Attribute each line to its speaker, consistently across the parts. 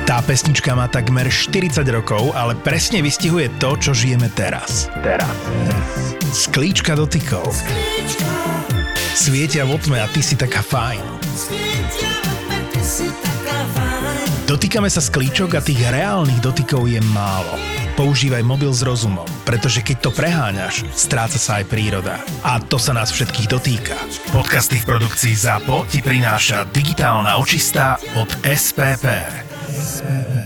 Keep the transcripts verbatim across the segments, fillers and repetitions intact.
Speaker 1: Tá pesnička má takmer štyridsať rokov, ale presne vystihuje to, čo žijeme teraz. Teraz. Sklíčka dotykov. Svietia v otme a ty si taká fajn. Dotýkame sa sklíčok a tých reálnych dotykov je málo. Používaj mobil s rozumom, pretože keď to preháňaš, stráca sa aj príroda. A to sa nás všetkých dotýka. Podcasty v produkcii ZAPO ti prináša digitálna očistá od es pé pé. es pé pé.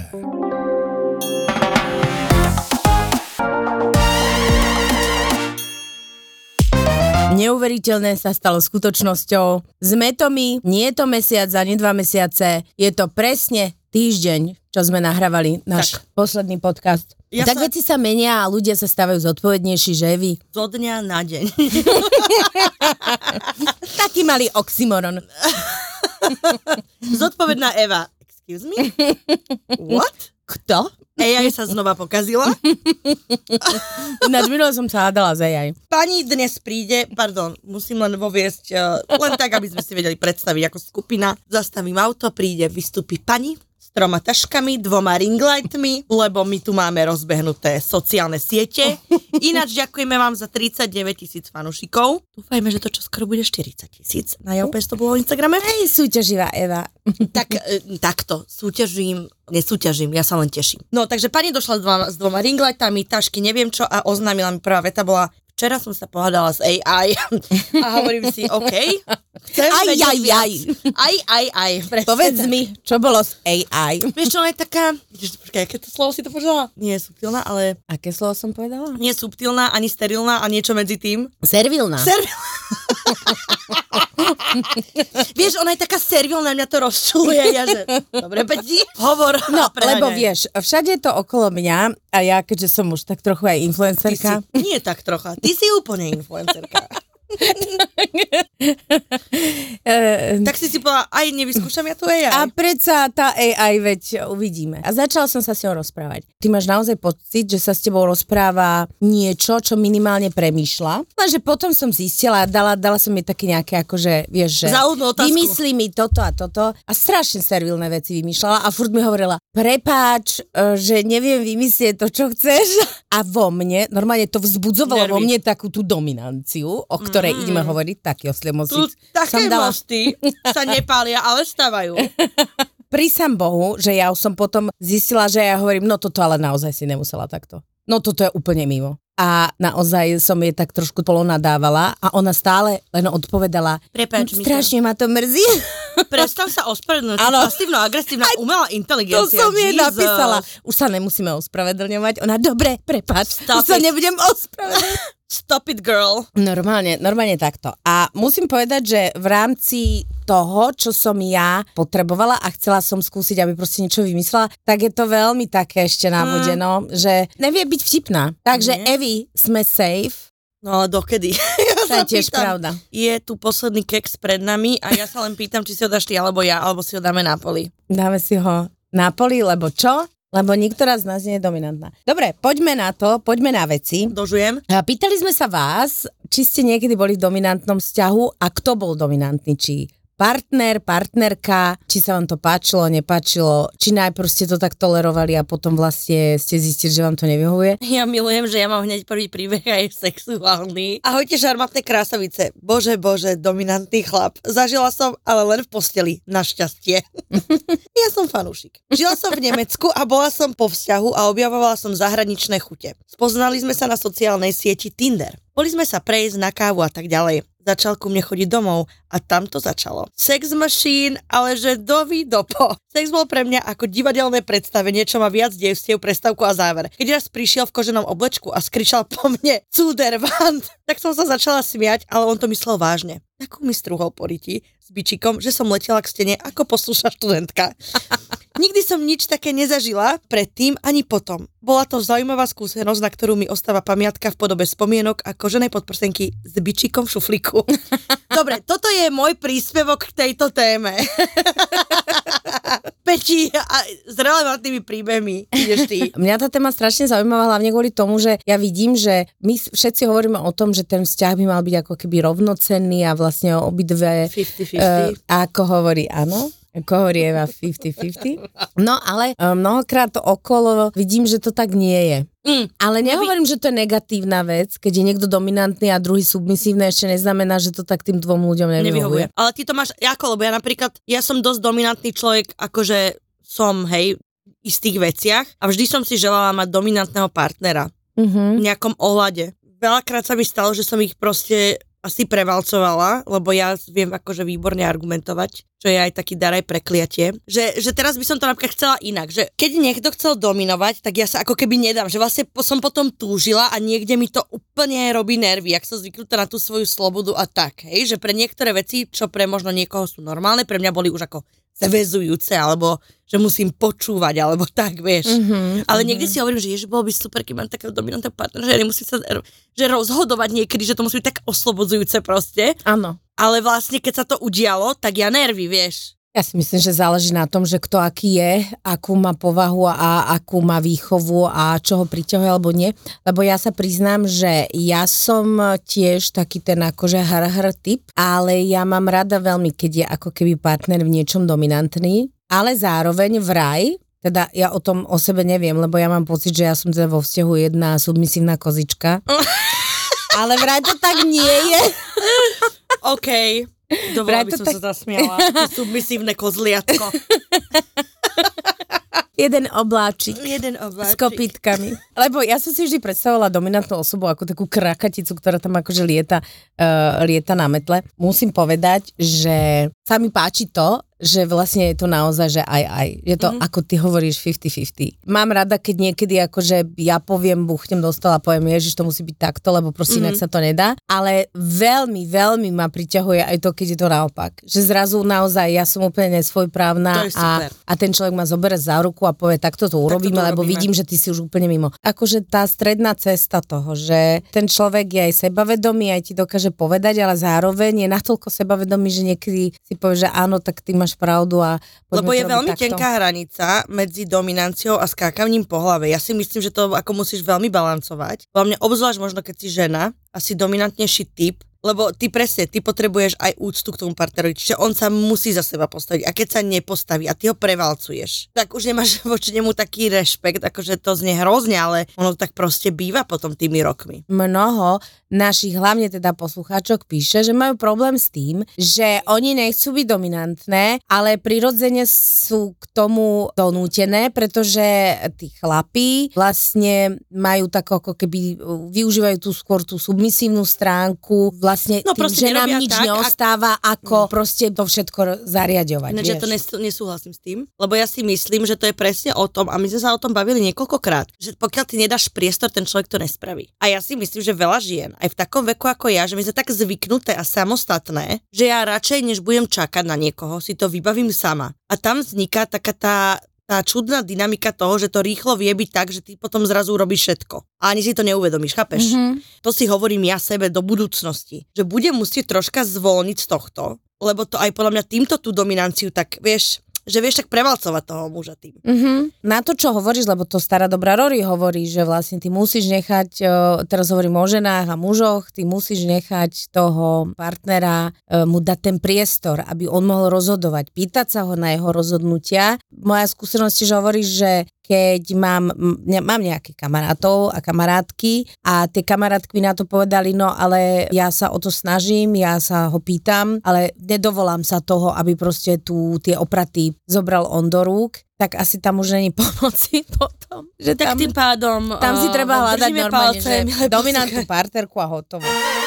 Speaker 2: Neuveriteľné sa stalo skutočnosťou. Sme to my, nie je to mesiac ani dva mesiace, je to presne týždeň, čo sme nahrávali náš tak. posledný podcast. Ja tak sa... veci sa menia a ľudia sa stávajú zodpovednejší, že vy?
Speaker 3: Zo dňa na deň.
Speaker 2: Taký malý oxymoron.
Speaker 3: Zodpovedná Eva. Excuse me? What?
Speaker 2: Kto?
Speaker 3: á í sa znova pokazila.
Speaker 2: Ináč minule som sa hádala z á í.
Speaker 3: Pani dnes príde, pardon, musím len voviesť, uh, len tak, aby sme si vedeli predstaviť ako skupina. Zastavím auto, príde, vystúpi pani s troma taškami, dvoma ringlightmi, lebo my tu máme rozbehnuté sociálne siete. Ináč ďakujeme vám za tridsaťdeväť tisíc fanúšikov. Dúfajme, že to čo skoro bude štyridsať tisíc. Na Jaupe to bolo v Instagrame.
Speaker 2: Hej, súťaživá Eva.
Speaker 3: Tak, e, takto, súťažím, nesúťažím, ja sa len teším. No, takže pani došla s dvoma, s dvoma ringlightami, tašky, neviem čo, a oznámila mi, prvá veta bola: včera som sa pohádala s á í a hovorím si, OK, chcem
Speaker 2: aj,
Speaker 3: vedieť
Speaker 2: aj,
Speaker 3: viac.
Speaker 2: aj.
Speaker 3: Aj, aj, aj.
Speaker 2: Povedz tak. mi, čo bolo s á í?
Speaker 3: Vieš čo, ona je taká, ježiš, počkaj, aké to slovo si to povedala? Nie je subtilná, ale...
Speaker 2: Aké slovo som povedala?
Speaker 3: Nie je subtilná, ani sterilná, a niečo medzi tým.
Speaker 2: Servilná.
Speaker 3: Servilná. Vieš, ona je taká servilná, mňa to rozčuluje. Ja, že, dobre, Peti, hovor.
Speaker 2: No, lebo vieš, všade je to okolo mňa a ja, keďže som už tak trochu aj influencerka.
Speaker 3: Ty si, nie tak trocha, ty si úplne influencerka. Tak si si povedala, aj nevyskúšam ja tu á í.
Speaker 2: A predsa tá á í, veď uvidíme. A začala som sa s ňou rozprávať. Ty máš naozaj pocit, že sa s tebou rozpráva niečo, čo minimálne premýšľa. Lenže potom som zistila, dala, dala som jej také nejaké, akože, vieš, že vymyslí mi toto a toto a strašne servilné veci vymýšľala a furt mi hovorila, prepáč, že neviem vymyslieť to, čo chceš. A vo mne, normálne to vzbudzovalo Nervy. vo mne takú tú dominanciu, o ktorej mm. ideme hovoriť, taký osliemosíc.
Speaker 3: Tu také dala... mosty sa nepália, ale stávajú.
Speaker 2: Prísam Bohu, že ja som potom zistila, že ja hovorím, no toto ale naozaj si nemusela takto. No toto je úplne mimo. A naozaj som jej tak trošku polonadávala a ona stále len odpovedala,
Speaker 3: prepáč,
Speaker 2: strašne ma to mrzí.
Speaker 3: Prestav sa ospravedlňovať, pasívno-agresívna umelá inteligencia.
Speaker 2: To som jej
Speaker 3: Jesus.
Speaker 2: napísala. Už sa nemusíme ospravedlňovať. Ona, dobre, prepáč, už sa nebudem ospravedlňovať.
Speaker 3: Stop it, girl.
Speaker 2: Normálne, normálne takto. A musím povedať, že v rámci toho, čo som ja potrebovala a chcela som skúsiť, aby proste niečo vymyslela, tak je to veľmi také ešte návodeno, mm. že nevie byť vtipná. Takže mm. Evi, sme safe.
Speaker 3: No ale dokedy? Ja
Speaker 2: to je tiež pýtam, pravda.
Speaker 3: Je tu posledný keks pred nami a ja sa len pýtam, či si ho dáš ty alebo ja, alebo si ho dáme na poli.
Speaker 2: Dáme si ho na poli, lebo čo? Lebo niektorá z nás nie je dominantná. Dobre, poďme na to, poďme na veci.
Speaker 3: Dožujem.
Speaker 2: Pýtali sme sa vás, či ste niekedy boli v dominantnom vzťahu a kto bol dominantný, či partner, partnerka, či sa vám to páčilo, nepáčilo, či najprv ste to tak tolerovali a potom vlastne ste zistili, že vám to nevyhovuje.
Speaker 3: Ja milujem, že ja mám hneď prvý príbeh aj sexuálny. Ahojte, šarmantné krásavice. Bože, bože, dominantný chlap. Zažila som, ale len v posteli, našťastie. Ja som fanúšik. Žila som v Nemecku a bola som po vzťahu a objavovala som zahraničné chute. Spoznali sme sa na sociálnej sieti Tinder. Boli sme sa prejsť na kávu a tak ďalej. Začal ku mne chodiť domov a tam to začalo. Sex machine, ale že dovi dopo. Sex bol pre mňa ako divadelné predstavenie, čo má viac dievstiev, prestávku a záver. Keď raz prišiel v koženom oblečku a skričal po mne Cuderwand, tak som sa začala smiať, ale on to myslel vážne. Takú mi strúhol po ryti s bičikom, že som letela k stene ako poslušná študentka. Nikdy som nič také nezažila predtým ani potom. Bola to zaujímavá skúsenosť, na ktorú mi ostáva pamiatka v podobe spomienok a koženej podprsenky s bičikom v šuflíku. Dobre, toto je môj príspevok k tejto téme. Peti, a s relevantnými príbehmi ideš ty.
Speaker 2: Mňa tá téma strašne zaujímavá, hlavne kvôli tomu, že ja vidím, že my všetci hovoríme o tom, že ten vzťah by mal byť ako keby rovnocenný a vlastne obidve
Speaker 3: päťdesiat päťdesiat.
Speaker 2: Uh, ako hovorí, áno? Ako horieva päťdesiat päťdesiat. No ale mnohokrát okolo vidím, že to tak nie je.
Speaker 3: Mm,
Speaker 2: ale nehovorím, že to je negatívna vec, keď je niekto dominantný a druhý submisívny, ešte neznamená, že to tak tým dvom ľuďom nevyhovuje. nevyhovuje.
Speaker 3: Ale ty to máš ako, lebo ja napríklad, ja som dosť dominantný človek, akože som, hej, v istých veciach a vždy som si želala mať dominantného partnera
Speaker 2: uh-huh.
Speaker 3: v nejakom ohľade. Veľakrát sa mi stalo, že som ich proste asi prevalcovala, lebo ja viem akože výborne argumentovať, čo je aj taký dar aj prekliatie. Že, že teraz by som to napríklad chcela inak, že keď niekto chcel dominovať, tak ja sa ako keby nedám, že vlastne som potom túžila a niekde mi to úplne robí nervy, ak som zvyknutá na tú svoju slobodu a tak, hej, že pre niektoré veci, čo pre možno niekoho sú normálne, pre mňa boli už ako zaväzujúce, alebo že musím počúvať, alebo tak, vieš.
Speaker 2: Mm-hmm,
Speaker 3: ale
Speaker 2: mm-hmm.
Speaker 3: niekde si hovorím, že ježi, bolo by super, keď mám takého dominantného partnera, že ja nemusím sa že rozhodovať niekedy, že to musí byť tak oslobodzujúce proste.
Speaker 2: Áno.
Speaker 3: Ale vlastne, keď sa to udialo, tak ja nervy, vieš.
Speaker 2: Ja si myslím, že záleží na tom, že kto aký je, akú má povahu a akú má výchovu a čo ho priťahuje alebo nie. Lebo ja sa priznám, že ja som tiež taký ten akože har-har typ, ale ja mám rada veľmi, keď je ako keby partner v niečom dominantný, ale zároveň vraj, teda ja o tom o sebe neviem, lebo ja mám pocit, že ja som teda vo vzťahu jedna submisívna kozička. Ale vraj to tak nie je.
Speaker 3: OK. Dovolila by som tak... sa zasmiala. Submisívne kozliatko.
Speaker 2: Jeden obláčik.
Speaker 3: Jeden obláčik.
Speaker 2: S kopítkami. Lebo ja som si vždy predstavovala dominantnú osobu ako takú krakaticu, ktorá tam akože lieta, uh, lieta na metle. Musím povedať, že sa mi páči to, že vlastne je to naozaj, že aj aj. Je to, mm-hmm. ako ty hovoríš, päťdesiat päťdesiat. Mám rada, keď niekedy akože ja poviem, buchnem do stola a poviem, ježiš, to musí byť takto, lebo proste mm-hmm. inak sa to nedá. Ale veľmi, veľmi ma priťahuje aj to, keď je to naopak. Že zrazu naozaj ja som úplne nesvojprávna a, a ten človek ma zoberie za ruku a povie, takto to urobíme, takto to lebo urobíme. Vidím, že ty si už úplne mimo. Akože tá stredná cesta toho, že ten človek je aj sebavedomý, aj ti dokáže povedať, ale zároveň je natoľko sebavedomý, že niekedy si povie, že áno, tak ty máš pravdu a
Speaker 3: lebo je veľmi
Speaker 2: takto.
Speaker 3: tenká hranica medzi dominanciou a skákaním po hlave. Ja si myslím, že to ako musíš veľmi balancovať. Hlavne obzvlášť možno, keď si žena a si dominantnejší typ, lebo ty presne, ty potrebuješ aj úctu k tomu partnerovi, čiže on sa musí za seba postaviť a keď sa nepostaví a ty ho prevalcuješ, tak už nemáš voči nemu taký rešpekt, akože to znie hrozne, ale ono tak proste býva potom tými rokmi.
Speaker 2: Mnoho našich, hlavne teda poslucháčok píše, že majú problém s tým, že oni nechcú byť dominantné, ale prirodzene sú k tomu donútené, pretože tí chlapí vlastne majú tak ako keby využívajú tú skôr tú submisívnu stránku, vlastne
Speaker 3: no,
Speaker 2: tým, že nám nič tak, neostáva, ako mm. proste to všetko zariaďovať.
Speaker 3: Ináč ja to nes- nesúhlasím s tým, lebo ja si myslím, že to je presne o tom, a my sme sa o tom bavili niekoľkokrát, že pokiaľ ty nedáš priestor, ten človek to nespraví. A ja si myslím, že veľa žien, aj v takom veku ako ja, že my sme tak zvyknuté a samostatné, že ja radšej, než budem čakať na niekoho, si to vybavím sama. A tam vzniká taká tá tá čudná dynamika toho, že to rýchlo vie byť tak, že ty potom zrazu robíš všetko. A ani si to neuvedomíš, chápeš? Mm-hmm. To si hovorím ja sebe do budúcnosti. Že budem musieť troška zvolniť z tohto, lebo to aj podľa mňa týmto tú dominanciu, tak vieš, že vieš tak prevalcovať toho muža tým.
Speaker 2: Mm-hmm. Na to, čo hovoríš, lebo to stará dobrá Rory hovorí, že vlastne ty musíš nechať, teraz hovorím o ženách a mužoch, ty musíš nechať toho partnera, mu dať ten priestor, aby on mohol rozhodovať, pýtať sa ho na jeho rozhodnutia. Moja skúsenosť je, že hovoríš, že keď mám, ne, mám nejaké kamarátov a kamarátky a tie kamarátky mi na to povedali, no ale ja sa o to snažím, ja sa ho pýtam, ale nedovolám sa toho, aby proste tu tie opraty zobral on do rúk, tak asi tam už není pomoci potom. Že
Speaker 3: tak
Speaker 2: tam,
Speaker 3: tým pádom
Speaker 2: tam si treba hľadať normálne,
Speaker 3: palce,
Speaker 2: že dominantnú partnerku a hotovo.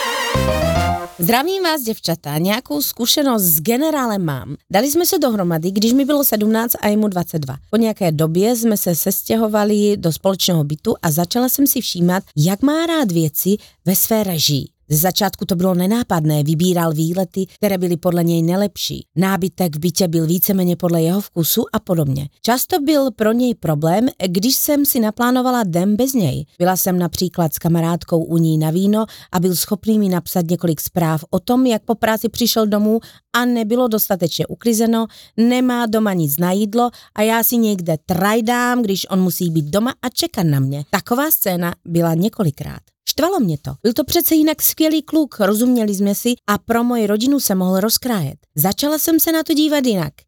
Speaker 2: Zdravím vás, děvčata, nějakou zkušenost s generálem mám. Dali jsme se dohromady, když mi bylo sedmnáct a jemu dvacet dva. Po nějaké době jsme se sestěhovali do společného bytu a začala jsem si všímat, jak má rád věci ve své režii. Ze začátku to bylo nenápadné, vybíral výlety, které byly podle něj nejlepší. Nábytek v bytě byl víceméně podle jeho vkusu a podobně. Často byl pro něj problém, když jsem si naplánovala den bez něj. Byla jsem například s kamarádkou u ní na víno a byl schopný mi napsat několik zpráv o tom, jak po práci přišel domů a nebylo dostatečně uklizeno, nemá doma nic na jídlo a já si někde trajdám, když on musí být doma a čekat na mě. Taková scéna byla několikrát. Štvalo mě to. Byl to přece jinak skvělý kluk, rozuměli jsme si a pro moji rodinu se mohl rozkrájet. Začala jsem se na to dívat jinak.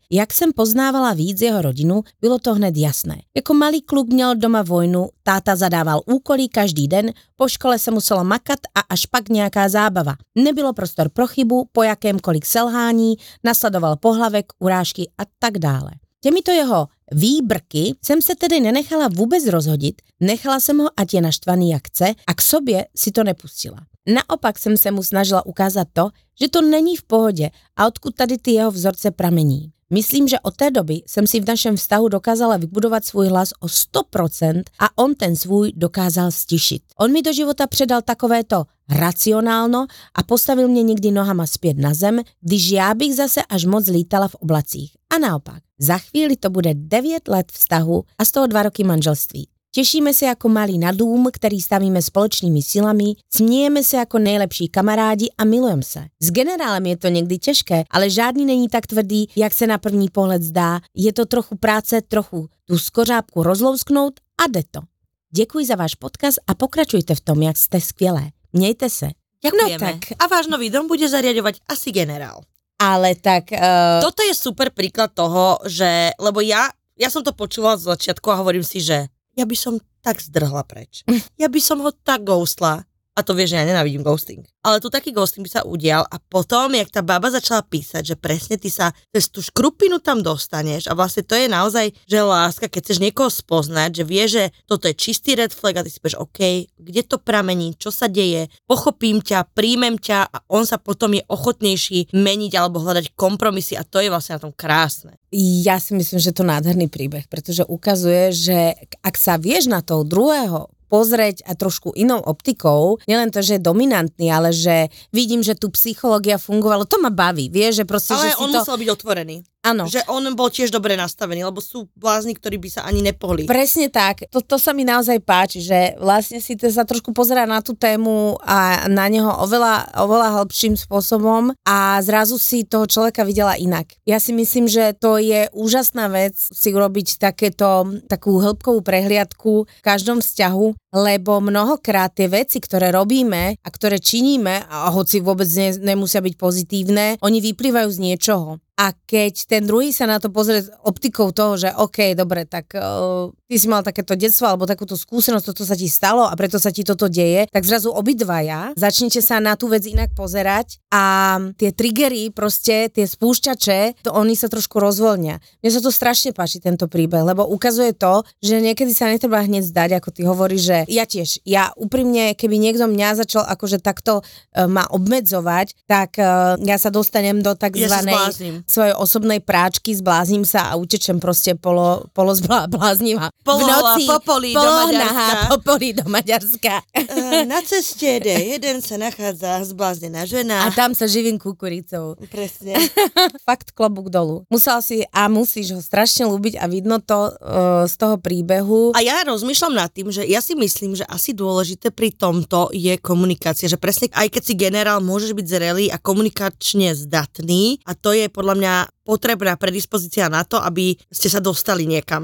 Speaker 2: Jak jsem poznávala víc jeho rodinu, bylo to hned jasné. Jako malý kluk měl doma vojnu, táta zadával úkoly každý den, po škole se muselo makat a až pak nějaká zábava. Nebylo prostor pro chybu, po jakémkoliv selhání, nasledoval pohlavek, urážky a tak dále. Těmito jeho výbrky jsem se tedy nenechala vůbec rozhodit, nechala jsem ho, ať je naštvaný jak chce, a k sobě si to nepustila. Naopak jsem se mu snažila ukázat to, že to není v pohodě a odkud tady ty jeho vzorce pramení. Myslím, že od té doby jsem si v našem vztahu dokázala vybudovat svůj hlas o sto procent a on ten svůj dokázal stišit. On mi do života předal takovéto racionálno a postavil mě někdy nohama zpět na zem, když já bych zase až moc lítala v oblacích. A naopak, za chvíli to bude devět let vztahu a z toho dva roky manželství. Těšíme se jako malý na dům, který stavíme společnými silami, smějeme se jako nejlepší kamarádi a milujeme se. S generálem je to někdy těžké, ale žádný není tak tvrdý, jak se na první pohled zdá. Je to trochu práce, trochu tu skořápku rozlousknout a jde to. Děkuji za váš podcast a pokračujte v tom, jak jste skvělé. Mějte se.
Speaker 3: Ďakujeme.
Speaker 2: No tak.
Speaker 3: A váš nový dom bude zariadovať asi generál.
Speaker 2: Ale tak... Uh...
Speaker 3: Toto je super príklad toho, že, lebo ja, ja som to počúvala z začiatku a hovorím si, že ja by som tak zdrhla preč. Ja by som ho tak ghostla. A to vieš, že ja nenávidím ghosting. Ale tu taký ghosting by sa udial a potom, jak tá baba začala písať, že presne ty sa cez tú škrupinu tam dostaneš a vlastne to je naozaj, že láska, keď chceš niekoho spoznať, že vieš, že toto je čistý red flag a ty si povieš, OK, kde to pramení, čo sa deje, pochopím ťa, príjmem ťa a on sa potom je ochotnejší meniť alebo hľadať kompromisy a to je vlastne na tom krásne.
Speaker 2: Ja si myslím, že to je nádherný príbeh, pretože ukazuje, že ak sa vieš na toho druhého pozrieť a trošku inou optikou, nielen to, že je dominantný, ale že vidím, že tu psychológia fungovala, to ma baví, vieš, že proste,
Speaker 3: ale
Speaker 2: že si
Speaker 3: on
Speaker 2: to...
Speaker 3: musel byť otvorený.
Speaker 2: Áno.
Speaker 3: Že on bol tiež dobre nastavený, lebo sú blázni, ktorí by sa ani nepohli.
Speaker 2: Presne tak. To, to sa mi naozaj páči, že vlastne si to sa trošku pozerá na tú tému a na neho oveľa, oveľa hĺbším spôsobom a zrazu si toho človeka videla inak. Ja si myslím, že to je úžasná vec si urobiť takéto, takú hĺbkovú prehliadku v každom vzťahu, lebo mnohokrát tie veci, ktoré robíme a ktoré činíme, a hoci vôbec ne, nemusia byť pozitívne, oni vyplývajú z niečoho. A keď ten druhý sa na to pozrie optikou toho, že OK, dobre, tak uh, ty si mal takéto detstvo alebo takúto skúsenosť, toto sa ti stalo a preto sa ti toto deje, tak zrazu obidvaja začnete sa na tú vec inak pozerať a tie triggery, proste tie spúšťače, to oni sa trošku rozvoľnia. Mne sa to strašne páči, tento príbeh, lebo ukazuje to, že niekedy sa netreba hneď zdať, ako ty hovoríš, že ja tiež, ja úprimne, keby niekto mňa začal akože takto uh, ma obmedzovať, tak uh, ja sa dostanem do takzvanej...
Speaker 3: Ja
Speaker 2: svojej osobnej práčky, zblázním sa a utečem proste polo, polo zbláznivá.
Speaker 3: Polohola, popolí do Maďarska.
Speaker 2: popolí do Maďarska.
Speaker 3: Uh, na ceste ide, jeden sa nachádza zbláznená žena.
Speaker 2: A tam sa živím kukuricou.
Speaker 3: Presne.
Speaker 2: Fakt klobúk dolu. Musel si a musíš ho strašne ľúbiť a vidno to uh, z toho príbehu.
Speaker 3: A ja rozmýšľam nad tým, že ja si myslím, že asi dôležité pri tomto je komunikácia, že presne aj keď si generál, môžeš byť zrelý a komunikačne zdatný a to je podľa mňa potrebná predispozícia na to, aby ste sa dostali niekam.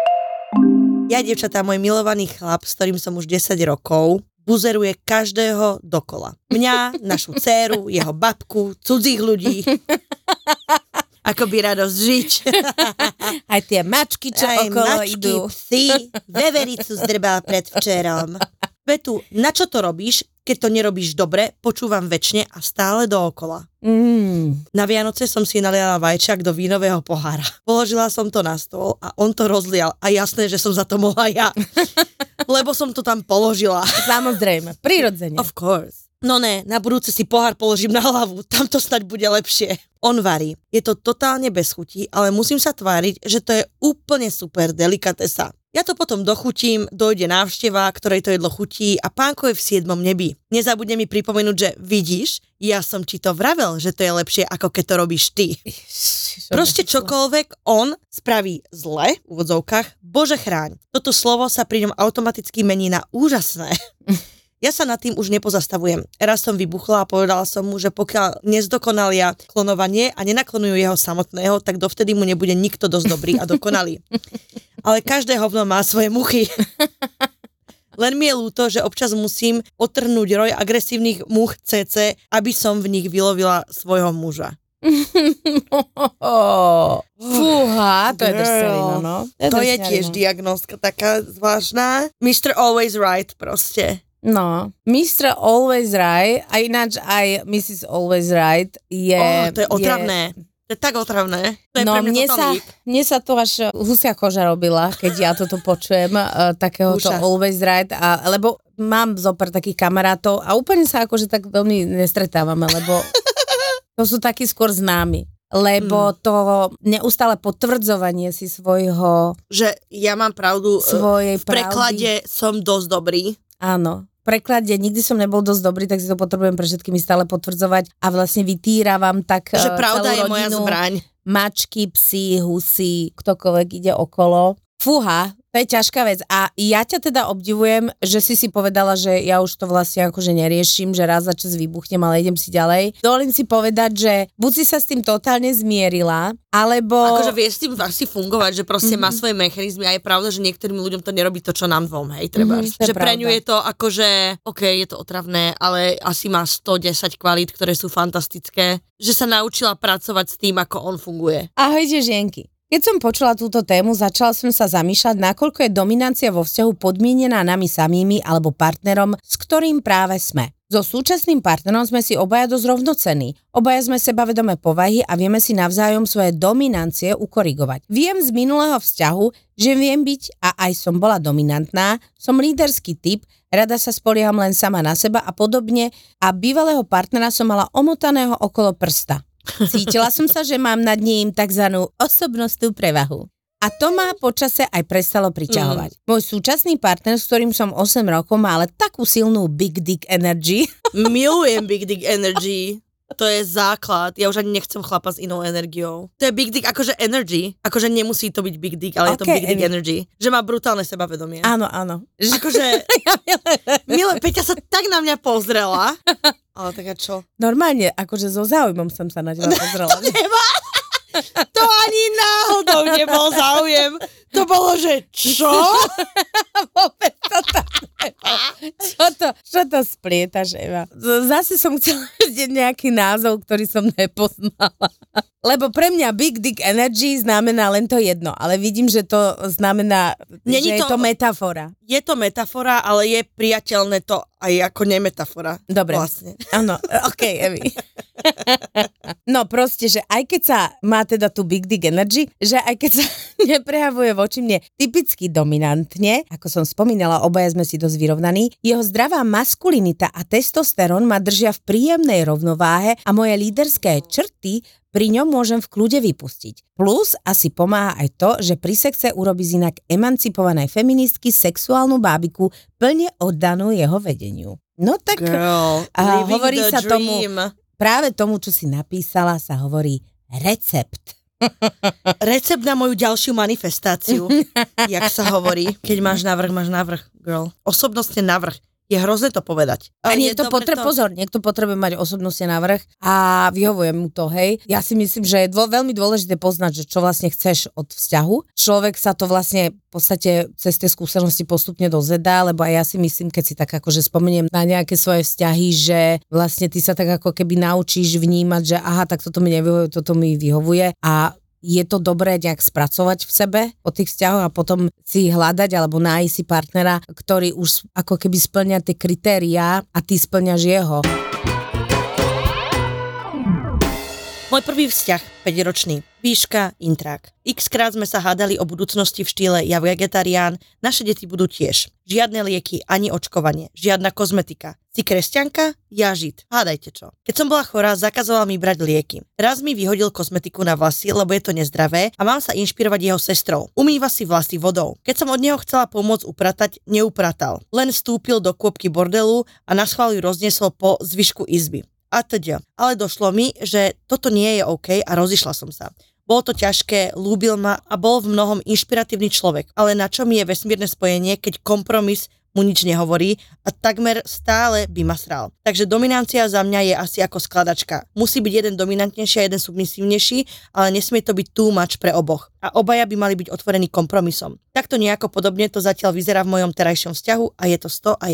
Speaker 3: Ja, dievčatá, môj milovaný chlap, s ktorým som už desať rokov, buzeruje každého dokola. Mňa, našu dcéru, jeho babku, cudzích ľudí. Ako by radosť žiť.
Speaker 2: Aj tie mačky, čo
Speaker 3: Aj
Speaker 2: okolo
Speaker 3: mačky,
Speaker 2: idú.
Speaker 3: psi, vevericu zdrbal predvčerom. Vetu, na čo to robíš, keď to nerobíš dobre, počúvam večne a stále dookola.
Speaker 2: Mm.
Speaker 3: Na Vianoce som si naliala vajčak do vínového pohára. Položila som to na stôl a on to rozlial. A jasné, že som za to mohla ja. Lebo som to tam položila.
Speaker 2: Samozrejme, prirodzene.
Speaker 3: Of course. No ne, na budúce si pohár položím na hlavu. Tam to snaď bude lepšie. On varí. Je to totálne bez chutí, ale musím sa tváriť, že to je úplne super delikatesa. Ja to potom dochutím, dojde návšteva, ktorej to jedlo chutí a pánko je v siedmom nebi. Nezabudne mi pripomenúť, že vidíš, ja som ti to vravel, že to je lepšie, ako keď to robíš ty. Proste čokoľvek on spraví zle, v úvodzovkách, Bože chráň. Toto slovo sa pri ňom automaticky mení na úžasné. Ja sa nad tým už nepozastavujem. Raz som vybuchla a povedala som mu, že pokiaľ nezdokonalia klonovanie a nenaklonujú jeho samotného, tak dovtedy mu nebude nikto dosť dobrý a dokonalý. Ale každé hovno má svoje muchy. Len mi je ľúto, že občas musím otrhnúť roj agresívnych much cé cé, aby som v nich vylovila svojho muža.
Speaker 2: Fúha, to je drstelina, no.
Speaker 3: To je tiež diagnózka taká zvláštna. mister Always Right proste.
Speaker 2: No, mister Always Right, a ináč aj missus Always Right je...
Speaker 3: Oh, to je otravné. Je, to je tak otravné. To je
Speaker 2: no,
Speaker 3: pre mňa
Speaker 2: mne sa, mne sa to až husia koža robila, keď ja toto počujem, uh, takéhoto Always Right, a, lebo mám zopár takých kamarátov a úplne sa akože tak veľmi nestretávame, lebo to sú takí skôr známi. Lebo hmm. to neustále potvrdzovanie si svojho...
Speaker 3: Že ja mám pravdu,
Speaker 2: svojej
Speaker 3: v preklade pravdy. Som dosť dobrý.
Speaker 2: Áno. V preklade nikdy som nebol dosť dobrý, tak si to potrebujem pre všetkými stále potvrdzovať a vlastne vytýravam tak
Speaker 3: že pravda
Speaker 2: celú
Speaker 3: je
Speaker 2: rodinu,
Speaker 3: moja zbraň.
Speaker 2: Mačky, psi, husy, ktokoľvek ide okolo. Fúha, to je ťažká vec a ja ťa teda obdivujem, že si si povedala, že ja už to vlastne akože neriešim, že raz za čas vybuchnem, ale idem si ďalej. Dovolím si povedať, že buď si sa s tým totálne zmierila, alebo...
Speaker 3: Akože vie s tým asi fungovať, že proste mm-hmm. má svoje mechanizmy a je pravda, že niektorým ľuďom to nerobí to, čo nám dvom, hej, treba. Mm-hmm, že pre ňu je to akože, okej, okay, je to otravné, ale asi má sto desať kvalít, ktoré sú fantastické, že sa naučila pracovať s tým, ako on funguje.
Speaker 2: Ahojte, žienky. Keď som počula túto tému, začala som sa zamýšľať, nakoľko je dominancia vo vzťahu podmienená nami samými alebo partnerom, s ktorým práve sme. So súčasným partnerom sme si obaja dosť rovnocení. Obaja sme sebavedomé povahy a vieme si navzájom svoje dominancie ukorigovať. Viem z minulého vzťahu, že viem byť a aj som bola dominantná, som líderský typ, rada sa spolieham len sama na seba a podobne a bývalého partnera som mala omotaného okolo prsta. Cítila som sa, že mám nad ním takzvanú osobnostnú prevahu. A to ma počase aj prestalo priťahovať. Mm. Môj súčasný partner, s ktorým som osem rokov, má ale takú silnú big dick energy.
Speaker 3: Milujem big dick energy. To je základ. Ja už ani nechcem chlapa s inou energiou. To je big dick akože energy. Akože nemusí to byť big dick, ale okay, je to big dick energy. Že má brutálne sebavedomie.
Speaker 2: Áno, áno.
Speaker 3: Akože... Milé, Peťa sa tak na mňa pozrela. Ale tak a čo?
Speaker 2: Normálne, akože so záujmom som sa na teba pozrela.
Speaker 3: To nemá. To ani náhodou nebol záujem. To bolo, že čo?
Speaker 2: Vôbec to tak čo to, čo to splietaš, Eva? Zase som chcela vidieť nejaký názov, ktorý som nepoznala. Lebo pre mňa big dick energy znamená len to jedno, ale vidím, že to znamená, Není že to, je to metafora.
Speaker 3: Je to metafora, ale je priateľné to aj ako nemetafora.
Speaker 2: Dobre,
Speaker 3: vlastne.
Speaker 2: Áno, okej, okay, Evi. No proste, že aj keď sa má teda tú big dick energy, že aj keď sa neprejavuje voči mne typicky dominantne, ako som spomínala, obaja sme si dosť vyrovnaní, jeho zdravá maskulinita a testosterón ma držia v príjemnej rovnováhe a moje líderské črty pri ňom môžem v kľude vypustiť. Plus asi pomáha aj to, že pri sexe urobí z inak emancipovanej feministky sexuálnu bábiku plne oddanú jeho vedeniu. No tak
Speaker 3: Girl,
Speaker 2: a hovorí sa dream. tomu, práve tomu, čo si napísala, sa hovorí recept.
Speaker 3: Recept na moju ďalšiu manifestáciu, jak sa hovorí. Keď máš navrh, máš navrh, girl. Osobnostne navrh. Je hrozné to povedať.
Speaker 2: A niekto potrebuje, to... pozor, niekto potrebuje mať osobnostne navrh a vyhovuje mu to, hej. Ja si myslím, že je dvo, veľmi dôležité poznať, že čo vlastne chceš od vzťahu. Človek sa to vlastne v podstate cez tie skúsenosti postupne dozvedá, lebo aj ja si myslím, keď si tak akože spomeniem na nejaké svoje vzťahy, že vlastne ty sa tak ako keby naučíš vnímať, že aha, tak toto mi nevyhovuje, toto mi vyhovuje a je to dobré nejak spracovať v sebe o tých vzťahoch a potom si hľadať alebo nájsť si partnera, ktorý už ako keby splňa tie kritériá a ty splňaš jeho.
Speaker 3: Môj prvý vzťah, päťročný. Výška, intrák. Xkrát sme sa hádali o budúcnosti v štýle ja vegetarián, naše deti budú tiež. Žiadne lieky, ani očkovanie, žiadna kozmetika. Si kresťanka? Ja žid. Hádajte čo. Keď som bola chorá, zakazoval mi brať lieky. Raz mi vyhodil kozmetiku na vlasy, lebo je to nezdravé a mám sa inšpirovať jeho sestrou. Umýva si vlasy vodou. Keď som od neho chcela pomôcť upratať, neupratal. Len vstúpil do kôpky bordelu a na schvál ju rozniesol po zvyšku izby. A teda. Ale došlo mi, že toto nie je OK a rozišla som sa. Bolo to ťažké, ľúbil ma a bol v mnohom inšpiratívny človek. Ale na čo mi je vesmírne spojenie, keď kompromis mu nič nehovorí a takmer stále by ma sral. Takže dominancia za mňa je asi ako skladačka. Musí byť jeden dominantnejší a jeden submisívnejší, ale nesmie to byť too much pre oboch. A obaja by mali byť otvorení kompromisom. Takto nejako podobne to zatiaľ vyzerá v mojom terajšom vzťahu a je to sto a jedno.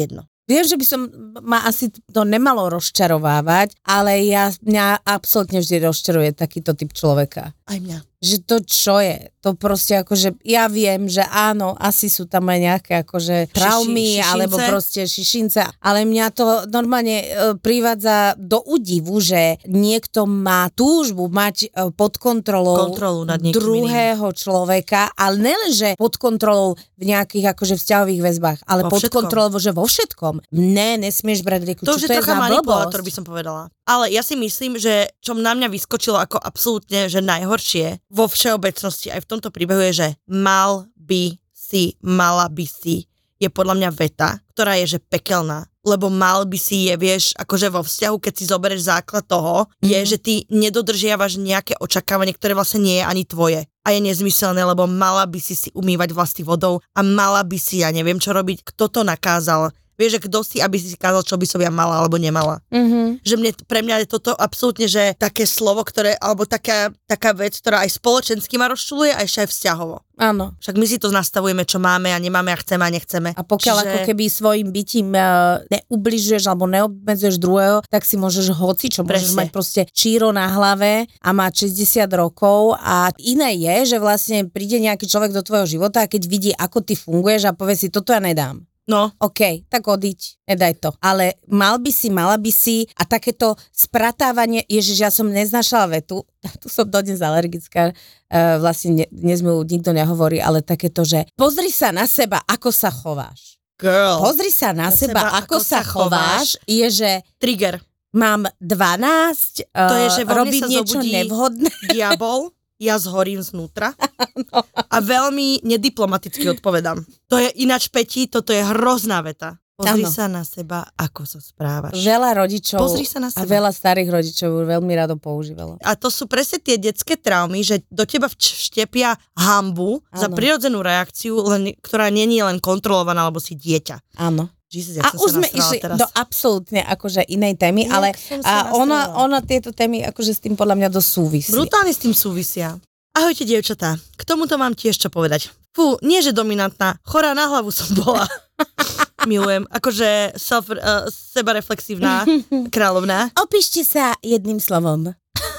Speaker 2: Viem, že by som ma asi to nemalo rozčarovávať, ale ja, mňa absolútne vždy rozčaruje takýto typ človeka.
Speaker 3: Aj mňa.
Speaker 2: Že to čo je? To proste akože, ja viem, že áno, asi sú tam aj nejaké akože traumy,
Speaker 3: Šiši,
Speaker 2: alebo proste šišince, ale mňa to normálne e, privádza do údivu, že niekto má túžbu mať e, pod kontrolou
Speaker 3: kontrolu nad
Speaker 2: druhého iným. Človeka, ale nelen, že pod kontrolou v nejakých akože vzťahových väzbách, ale
Speaker 3: vo
Speaker 2: pod
Speaker 3: všetkom.
Speaker 2: kontrolou, že vo všetkom. Ne, nesmieš brať rieku.
Speaker 3: To už je
Speaker 2: to
Speaker 3: trocha
Speaker 2: je
Speaker 3: manipulátor, by som povedala. Ale ja si myslím, že čo na mňa vyskočilo ako absolútne, že najhoršie vo všeobecnosti aj v tomto príbehu je, že mal by si, mala by si, je podľa mňa veta, ktorá je, že pekelná. Lebo mal by si je, vieš, akože vo vzťahu, keď si zoberieš základ toho, mm-hmm. je, že ty nedodržiavaš nejaké očakávanie, ktoré vlastne nie je ani tvoje. A je nezmyselné, lebo mala by si si umývať vlasy vodou a mala by si, ja neviem čo robiť, kto to nakázal. Vieš, že kto si, aby si kázal, čo by som ja mala alebo nemala. Mm-hmm. Že mne, pre mňa je toto absolútne, že také slovo, ktoré, alebo taká, taká vec, ktorá aj spoločensky ma rozčuluje a ešte aj vzťahovo.
Speaker 2: Áno.
Speaker 3: Však my si to nastavujeme, čo máme a nemáme a chceme a nechceme.
Speaker 2: A pokiaľ Čiže... ako keby svojim bytím uh, neubližuješ alebo neobmedzuješ druhého, tak si môžeš hoci, čo môžeš mať proste číro na hlave a mať šesťdesiat rokov a iné je, že vlastne príde nejaký človek do tvojho života a keď vidí, ako ty funguješ a povie si, toto ja nedám.
Speaker 3: No.
Speaker 2: OK, tak odiť, nedaj to. Ale mal by si, mala by si a takéto spratávanie, ježiš, ja som neznášala vetu, tu som dodnes alergická, uh, vlastne ne, dnes mi nikto nehovorí, ale takéto, že pozri sa na seba, ako sa chováš.
Speaker 3: Girl.
Speaker 2: Pozri sa na, na seba, seba, ako, ako sa chováš, je, že...
Speaker 3: Trigger.
Speaker 2: Mám dvanásť, uh,
Speaker 3: to je, že
Speaker 2: robiť niečo nevhodné.
Speaker 3: Diabol. Ja zhorím znútra no. a veľmi nediplomaticky odpovedám. To je ináč, Peti, toto je hrozná veta. Pozri ano. sa na seba, ako sa správaš.
Speaker 2: Veľa rodičov
Speaker 3: Pozri sa na seba.
Speaker 2: A veľa starých rodičov veľmi rado používalo.
Speaker 3: A to sú presne tie detské traumy, že do teba vštepia hanbu ano. za prirodzenú reakciu, len, ktorá není len kontrolovaná, alebo si dieťa.
Speaker 2: Áno.
Speaker 3: Jesus,
Speaker 2: a už sme išli teraz. do absolútne akože inej témy, jak ale a ona, ona tieto témy akože s tým podľa mňa dosť súvisí.
Speaker 3: Brutálne s tým súvisia. Ahojte, dievčatá. K tomuto mám tiež čo povedať. Fú, nie že dominantná, chorá na hlavu som bola. Milujem, akože self, uh, sebareflexívna kráľovná.
Speaker 2: Opíšte sa jedným slovom.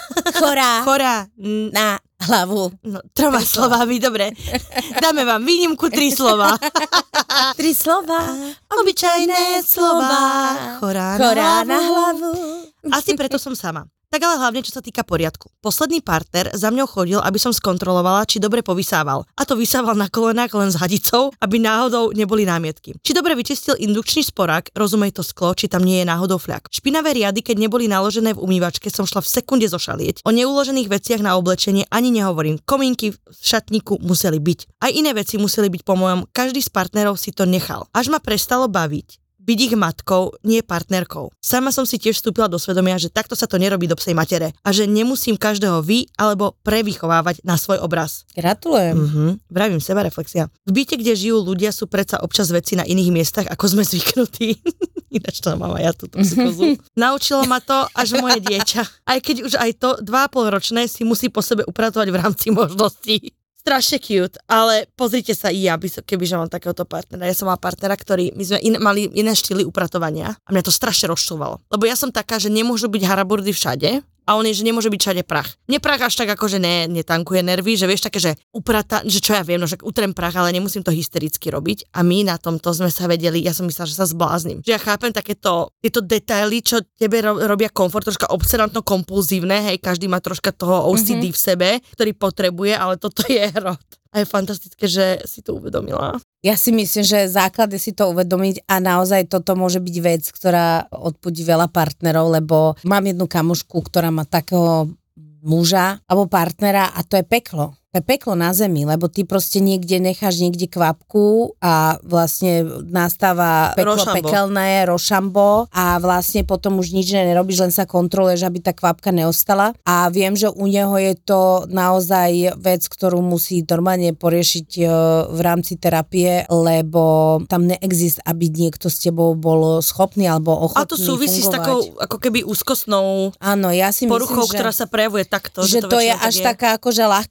Speaker 2: Chorá.
Speaker 3: Chorá.
Speaker 2: Na hlavu.
Speaker 3: No, troma slovami, dobre. Dáme vám výnimku, tri slova.
Speaker 2: Tri slova.
Speaker 3: Obyčajné slova. Chorá,
Speaker 2: Chorá na hlavu.
Speaker 3: Asi preto som sama. Tak ale hlavne, čo sa týka poriadku. Posledný partner za mňou chodil, aby som skontrolovala, či dobre povysával. A to vysával na kolenách len s hadicou, aby náhodou neboli námietky. Či dobre vyčistil indukčný sporák, rozumej to sklo, či tam nie je náhodou fľak. Špinavé riady, keď neboli naložené v umývačke, som šla v sekunde zošalieť. O neuložených veciach na oblečenie ani nehovorím. Komínky v šatníku museli byť. Aj iné veci museli byť po mojom. Každý z partnerov si to nechal. Až ma prestalo baviť byť ich matkou, nie partnerkou. Sama som si tiež vstúpila do svedomia, že takto sa to nerobí do psej matere a že nemusím každého vy alebo prevychovávať na svoj obraz.
Speaker 2: Gratulujem.
Speaker 3: Mhm, vravím, sebareflexia. V byte, kde žijú ľudia, sú predsa občas veci na iných miestach, ako sme zvyknutí. Ináč to mám aj ja túto psychozu. Naučilo ma to až moje dieťa. Aj keď už aj to dva a pol ročné si musí po sebe upratovať v rámci možností. Strašne cute, ale pozrite sa i ja, kebyže mám takéhoto partnera. Ja som mala partnera, ktorý, my sme in, mali iné štýly upratovania a mňa to strašne rozčúvalo. Lebo ja som taká, že nemôžu byť haraburdy všade a on je, že nemôže byť všade prach. Neprach až tak ako, že ne, netankuje nervy, že vieš také, že uprata, že čo ja viem, no však utrem prach, ale nemusím to hystericky robiť. A my na tomto sme sa vedeli, ja som myslela, že sa zbláznim. Že ja chápem takéto, tieto detaily, čo tebe ro- robia komfort, troška obsedantno kompulzívne, hej, každý má troška toho ó cé dé mm-hmm. v sebe, ktorý potrebuje, ale toto je hrot. A je fantastické, že si to uvedomila.
Speaker 2: Ja si myslím, že základ je si to uvedomiť a naozaj toto môže byť vec, ktorá odpudí veľa partnerov, lebo mám jednu kamošku, ktorá má takého muža alebo partnera a to je peklo. To je peklo na zemi, lebo ty proste niekde necháš niekde kvapku a vlastne nastáva peklo
Speaker 3: rošambo.
Speaker 2: pekelné, rošambo a vlastne potom už nič nerobíš, len sa kontroluješ, aby tá kvapka neostala. A viem, že u neho je to naozaj vec, ktorú musí normálne poriešiť v rámci terapie, lebo tam neexist, aby niekto s tebou bol schopný alebo ochotný fungovať.
Speaker 3: A to súvisí fungovať. S takou ako keby úzkostnou
Speaker 2: Áno, ja si
Speaker 3: poruchou,
Speaker 2: myslím, že,
Speaker 3: ktorá sa prejavuje takto.
Speaker 2: Že, že to, to je až taká akože ľahká porucha,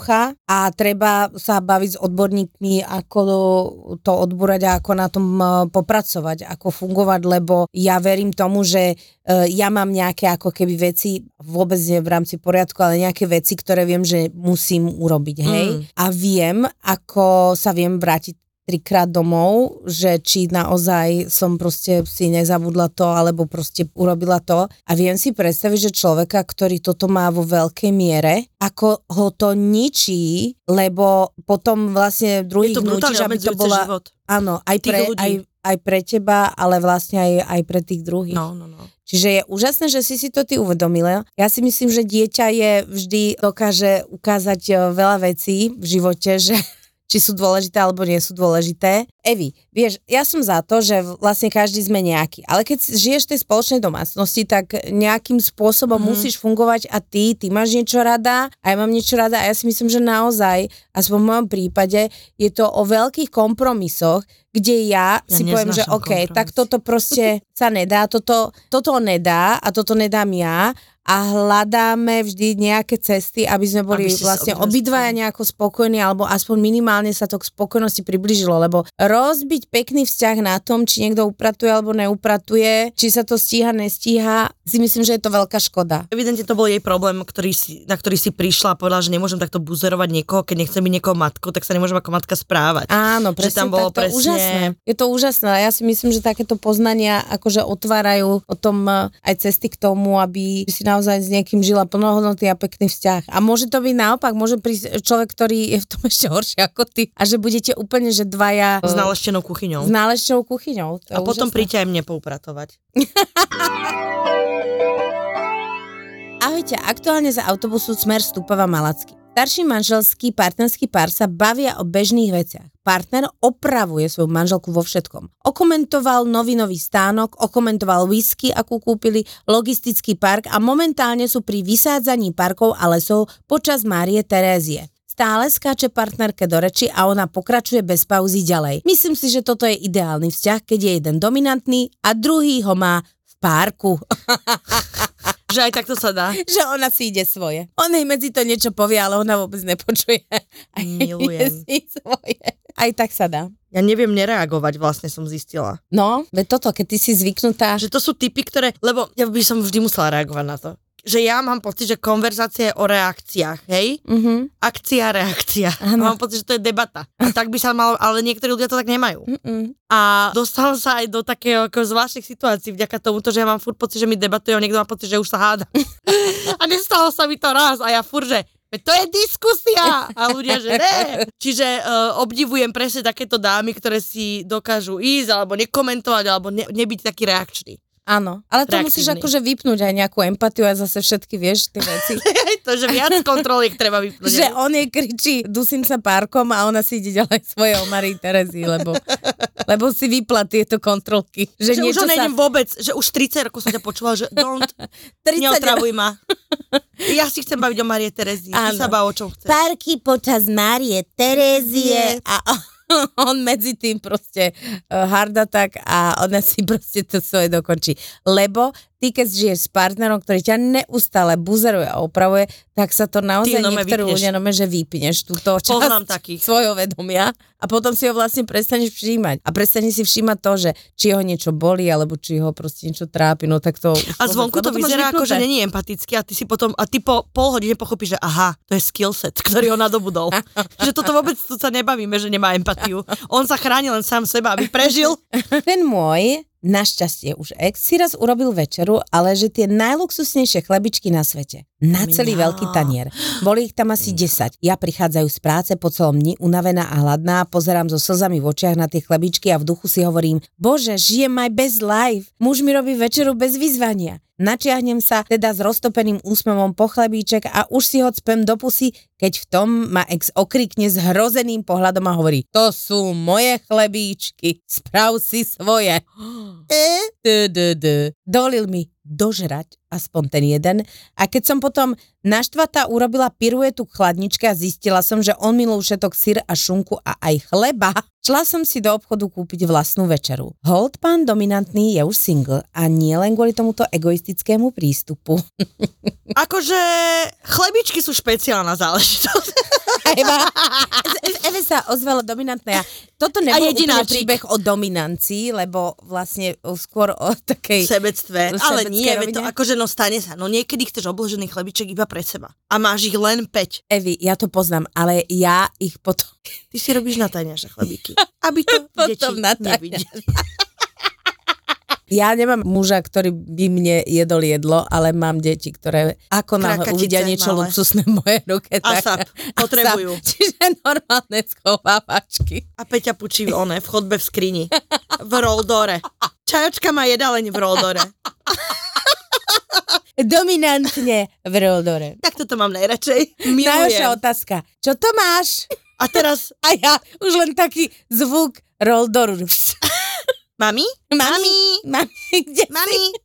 Speaker 2: plocha a treba sa baviť s odborníkmi, ako to odbúrať a ako na tom popracovať, ako fungovať, lebo ja verím tomu, že ja mám nejaké ako keby veci, vôbec nie v rámci poriadku, ale nejaké veci, ktoré viem, že musím urobiť, hej? Mm. A viem, ako sa viem vrátiť trikrát domov, že či naozaj som proste si nezabudla to, alebo proste urobila to. A viem si predstaviť, že človeka, ktorý toto má vo veľkej miere, ako ho to ničí, lebo potom vlastne druhých núčiš, aby to bola... Život. Áno, aj pre, aj, aj pre teba, ale vlastne aj, aj pre tých druhých.
Speaker 3: No, no, no.
Speaker 2: Čiže je úžasné, že si si to ty uvedomila. Ja si myslím, že dieťa je vždy dokáže ukázať veľa vecí v živote, že či sú dôležité, alebo nie sú dôležité. Evi, vieš, ja som za to, že vlastne každý sme nejaký, ale keď žiješ v tej spoločnej domácnosti, tak nejakým spôsobom mm. musíš fungovať a ty, ty máš niečo rada a ja mám niečo rada a ja si myslím, že naozaj, aspoň v mojom prípade, je to o veľkých kompromisoch, kde ja, ja si poviem, že OK, kompromis. Tak toto proste sa nedá, toto, toto nedá a toto nedám ja a hľadáme vždy nejaké cesty, aby sme boli aby vlastne obidvaja nejako spokojní, alebo aspoň minimálne sa to k spokojnosti priblížilo, lebo rozbiť pekný vzťah na tom, či niekto upratuje alebo neupratuje, či sa to stíha, nestíha, si myslím, že je to veľká škoda.
Speaker 3: Evidentne to bol jej problém, ktorý si, na ktorý si prišla a povedala, že nemôžem takto buzerovať niekoho, keď nechcem byť niekoho matkou, tak sa nemôžem ako matka správať.
Speaker 2: Áno, presne,
Speaker 3: tam bolo
Speaker 2: tak to
Speaker 3: presne...
Speaker 2: úžasné. Je to úžasné. Ja si myslím, že takéto poznania akože otvárajú potom aj cesty k tomu, aby si naozaj s niekým žila plnohodnotný a pekný vzťah. A môže to byť naopak, môže prísť človek, ktorý je v tom ešte horšie ako ty a že budete úplne, že dvaja...
Speaker 3: S náleštenou kuchyňou.
Speaker 2: S náleštenou kuchyňou.
Speaker 3: A potom príďte aj mne poupratovať.
Speaker 2: Ahojte, aktuálne za autobusu Smer Stupava Malacky. Starší manželský partnerský pár sa bavia o bežných veciach. Partner opravuje svoju manželku vo všetkom. Okomentoval novinový stánok, okomentoval whisky, akú kúpili, logistický park a momentálne sú pri vysádzaní parkov a lesov počas Márie Terézie. Stále skáče partnerke do reči a ona pokračuje bez pauzy ďalej. Myslím si, že toto je ideálny vzťah, keď je jeden dominantný a druhý ho má v párku.
Speaker 3: Že aj takto sa dá.
Speaker 2: Že ona si ide svoje. On jej medzi to niečo povie, ale ona vôbec nepočuje. Aj
Speaker 3: milujem.
Speaker 2: Si svoje. Aj tak sa dá.
Speaker 3: Ja neviem nereagovať, vlastne som zistila.
Speaker 2: No, veď toto, keď ty si zvyknutá.
Speaker 3: Že to sú typy, ktoré, lebo ja by som vždy musela reagovať na to. Že ja mám pocit, že konverzácia je o reakciách, hej? Mm-hmm. Akcia, reakcia. Ano. Mám pocit, že to je debata. A tak by sa malo, ale niektorí ľudia to tak nemajú. Mm-mm. A dostal sa aj do takého ako zvláštnych situácií vďaka tomuto, že ja mám furt pocit, že mi debatuje a niekto má pocit, že už sa háda. A nestalo sa mi to raz a ja furt, že to je diskusia! A ľudia, že ne. Čiže uh, obdivujem presne takéto dámy, ktoré si dokážu ísť alebo nekomentovať alebo ne, nebyť taký reakčný.
Speaker 2: Áno, ale to musíš akože vypnúť aj nejakú empatiu a zase všetky, vieš, tie veci.
Speaker 3: To, že viac kontroliek treba vypnúť.
Speaker 2: Že on jej kričí, dusím sa párkom a ona si ide ďalej svoje o Marii Terezii, lebo, lebo si vypla tieto kontrolky. Že,
Speaker 3: že už ho nejdem
Speaker 2: sa...
Speaker 3: vôbec, že už tridsať rokov som ťa počula, že don't, neotravuj ma. Ja si chcem baviť o Marie Terezii, ty sa bav o čom chceš.
Speaker 2: Párky počas Márie Terezie a... on medzi tým proste uh, hard attack a ona si proste to svoje dokončí. Lebo ty, keď žiješ s partnerom, ktorý ťa neustále buzeruje a opravuje, tak sa to naozaj niektorí ľudia nome, že vypneš túto časť svojho vedomia a potom si ho vlastne prestaneš všímať. A prestaneš si všímať to, že či ho niečo bolí, alebo či ho proste niečo trápi, no tak to...
Speaker 3: A zvonku to vyzerá ako, že není empatický a ty si potom, a ty po pol hodine pochopíš, že aha, to je skillset, ktorý ho nadobudol. Že toto vôbec tu sa nebavíme, že nemá empatiu. On sa chráni len sám seba, aby prežil.
Speaker 2: Ten môj našťastie už ex si raz urobil večeru, ale že tie najluxusnejšie chlebičky na svete. Na celý no. veľký tanier. Boli ich tam asi desať. Ja prichádzajú z práce po celom dni, unavená a hladná, pozerám so slzami v očiach na tie chlebičky a v duchu si hovorím, bože, žijem my best life. Muž mi robí večeru bez vyzvania. Načiahnem sa teda s roztopeným úsmevom po chlebíček a už si ho cpem do pusy, keď v tom ma ex okrikne s hrozeným pohľadom a hovorí, to sú moje chlebíčky, sprav si svoje. Dolil mi dožrať aspoň ten jeden a keď som potom Naštvatá urobila piruetu k chladničke a zistila som, že on miluje všetok syr a šunku a aj chleba. Šla som si do obchodu kúpiť vlastnú večeru. Hold pán dominantný je už single a nie len kvôli tomuto egoistickému prístupu.
Speaker 3: Akože chlebičky sú špeciálna záležitosť.
Speaker 2: Eva, Eve sa ozvala dominantné. Toto nebol úplne príbeh o dominancii, lebo vlastne skôr o takej...
Speaker 3: Sebectve. Ale nie,
Speaker 2: rovine.
Speaker 3: To akože no stane sa. No niekedy chceš obložený chlebiček iba pre seba. A máš ich len päť.
Speaker 2: Evi, ja to poznám, ale ja ich potom...
Speaker 3: Ty si robíš na tajňaše chlebíky. Aby to deti nevideli.
Speaker 2: Ja nemám muža, ktorý by mne jedol jedlo, ale mám deti, ktoré ako náhle uvidia niečo luxusné v mojej ruke.
Speaker 3: ASAP, potrebujú.
Speaker 2: ASAP, čiže normálne schovávačky.
Speaker 3: A Peťa pučí one v chodbe v skrini. V Roldore. Čajočka má jedáleň v Roldore.
Speaker 2: Dominantne v Roldore.
Speaker 3: Tak toto mám najradšej. Milujem.
Speaker 2: Najlepšia otázka. Čo to máš?
Speaker 3: A teraz...
Speaker 2: A ja už len taký zvuk Roldoru.
Speaker 3: Mami?
Speaker 2: Mami? Mami, kde
Speaker 3: Mami?
Speaker 2: si?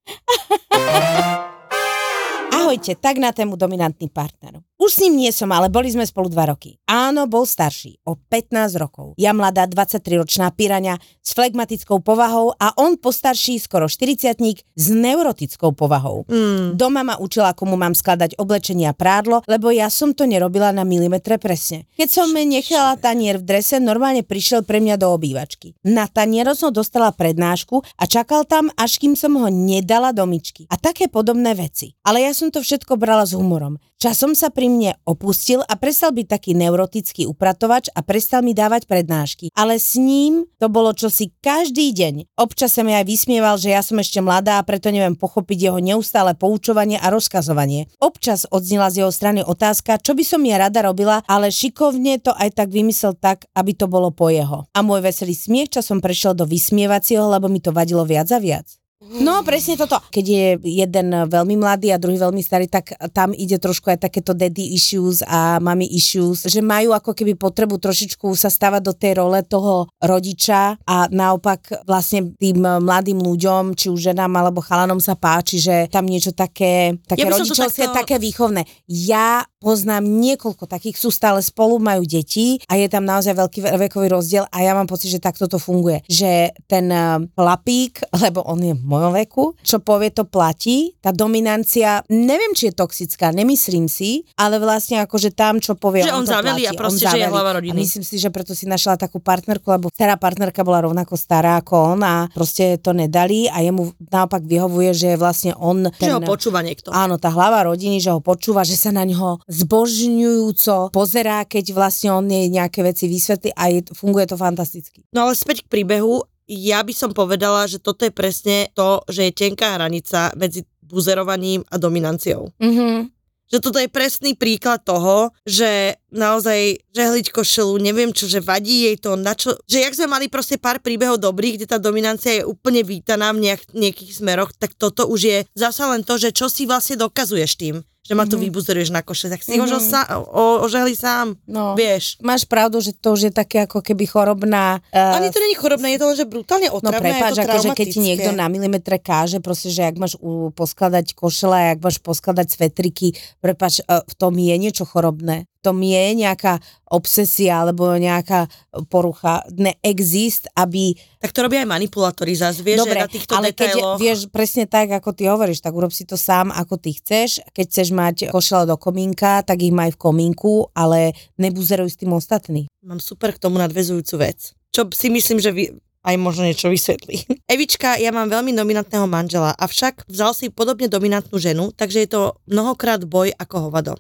Speaker 2: Ahojte, tak na tému dominantný partner. Už s ním nie som, ale boli sme spolu dva roky. Áno, bol starší, o pätnásť rokov. Ja mladá dvadsaťtriročná piraňa s flegmatickou povahou a on postarší skoro štyridsiatnik s neurotickou povahou.
Speaker 3: Mm.
Speaker 2: Doma ma učila, komu mám skladať oblečenie a prádlo, lebo ja som to nerobila na milimetre presne. Keď som nechala tanier v drese, normálne prišiel pre mňa do obývačky. Na tanier som dostala prednášku a čakal tam, až kým som ho nedala do myčky. A také podobné veci. Ale ja som to všetko brala s humorom. Časom sa pri mne opustil a prestal byť taký neurotický upratovač a prestal mi dávať prednášky. Ale s ním to bolo čosi každý deň. Občas sa mi aj vysmieval, že ja som ešte mladá a preto neviem pochopiť jeho neustále poučovanie a rozkazovanie. Občas odznela z jeho strany otázka, čo by som ja rada robila, ale šikovne to aj tak vymyslel tak, aby to bolo po jeho. A môj veselý smiech časom prešiel do vysmievacieho, lebo mi to vadilo viac a viac. No, presne toto. Keď je jeden veľmi mladý a druhý veľmi starý, tak tam ide trošku aj takéto daddy issues a mommy issues, že majú ako keby potrebu trošičku sa stávať do tej role toho rodiča a naopak vlastne tým mladým ľuďom, či už ženám alebo chalanom sa páči, že tam niečo také, také
Speaker 3: ja
Speaker 2: rodičovské,
Speaker 3: takto...
Speaker 2: také výchovné. Ja poznám niekoľko takých, sú stále spolu, majú deti a je tam naozaj veľký vekový rozdiel a ja mám pocit, že takto to funguje. Že ten chlapík, lebo on je v mojom veku, čo povie, to platí. Tá dominancia, neviem, či je toxická, nemyslím si, ale vlastne akože tam, čo povie,
Speaker 3: že
Speaker 2: on,
Speaker 3: on
Speaker 2: to
Speaker 3: zavelí
Speaker 2: platí.
Speaker 3: a proste, že je hlava rodiny.
Speaker 2: A myslím si, že preto si našla takú partnerku, lebo stará partnerka bola rovnako stará ako on a proste to nedali a jemu naopak vyhovuje, že vlastne on... Ten,
Speaker 3: že ho počúva niekto.
Speaker 2: Áno, tá hlava rodiny, že ho počúva, že sa na ňo zbožňujúco pozerá, keď vlastne on jej nejaké veci vysvetlí a je, funguje to fantasticky.
Speaker 3: No ale späť k príbehu, ja by som povedala, že toto je presne to, že je tenká hranica medzi buzerovaním a dominanciou.
Speaker 2: Mhm.
Speaker 3: Že toto je presný príklad toho, že naozaj žehliť košelu, neviem čo, že vadí jej to, na čo, že jak sme mali proste pár príbehov dobrých, kde tá dominancia je úplne vítaná v nejak, nejakých smeroch, tak toto už je zasa len to, že čo si vlastne dokazuješ tým, že ma tu mm-hmm. vybuzeruješ na koše, tak si mm-hmm. ho sa, o, ožehli sám,
Speaker 2: no,
Speaker 3: vieš.
Speaker 2: Máš pravdu, že to už je také ako keby chorobná... Uh...
Speaker 3: Ani to není chorobné, je to len, že brutálne otravné,
Speaker 2: no, prepáč,
Speaker 3: je to
Speaker 2: akože keď ti
Speaker 3: traumatické.
Speaker 2: niekto na milimetre káže, proste, že jak máš u, poskladať košele, jak máš poskladať svetriky, prepáč, uh, v tom je niečo chorobné. V tom je nejaká obsesia alebo nejaká porucha. Neexist, aby...
Speaker 3: Tak to robia aj manipulátori, zás vieš,
Speaker 2: dobre,
Speaker 3: že na týchto
Speaker 2: ale
Speaker 3: detailoch...
Speaker 2: keď vieš presne tak, ako ty hovoríš, tak urob si to sám, ako ty chceš. Keď chceš mať košele do komínka, tak ich maj v komínku, ale nebuzeruj s tým ostatný.
Speaker 3: Mám super k tomu nadväzujúcu vec. Čo si myslím, že vy... aj možno niečo vysvetlí. Evička, ja mám veľmi dominantného manžela, avšak vzal si podobne dominantnú ženu, takže je to mnohokrát boj ako hovado.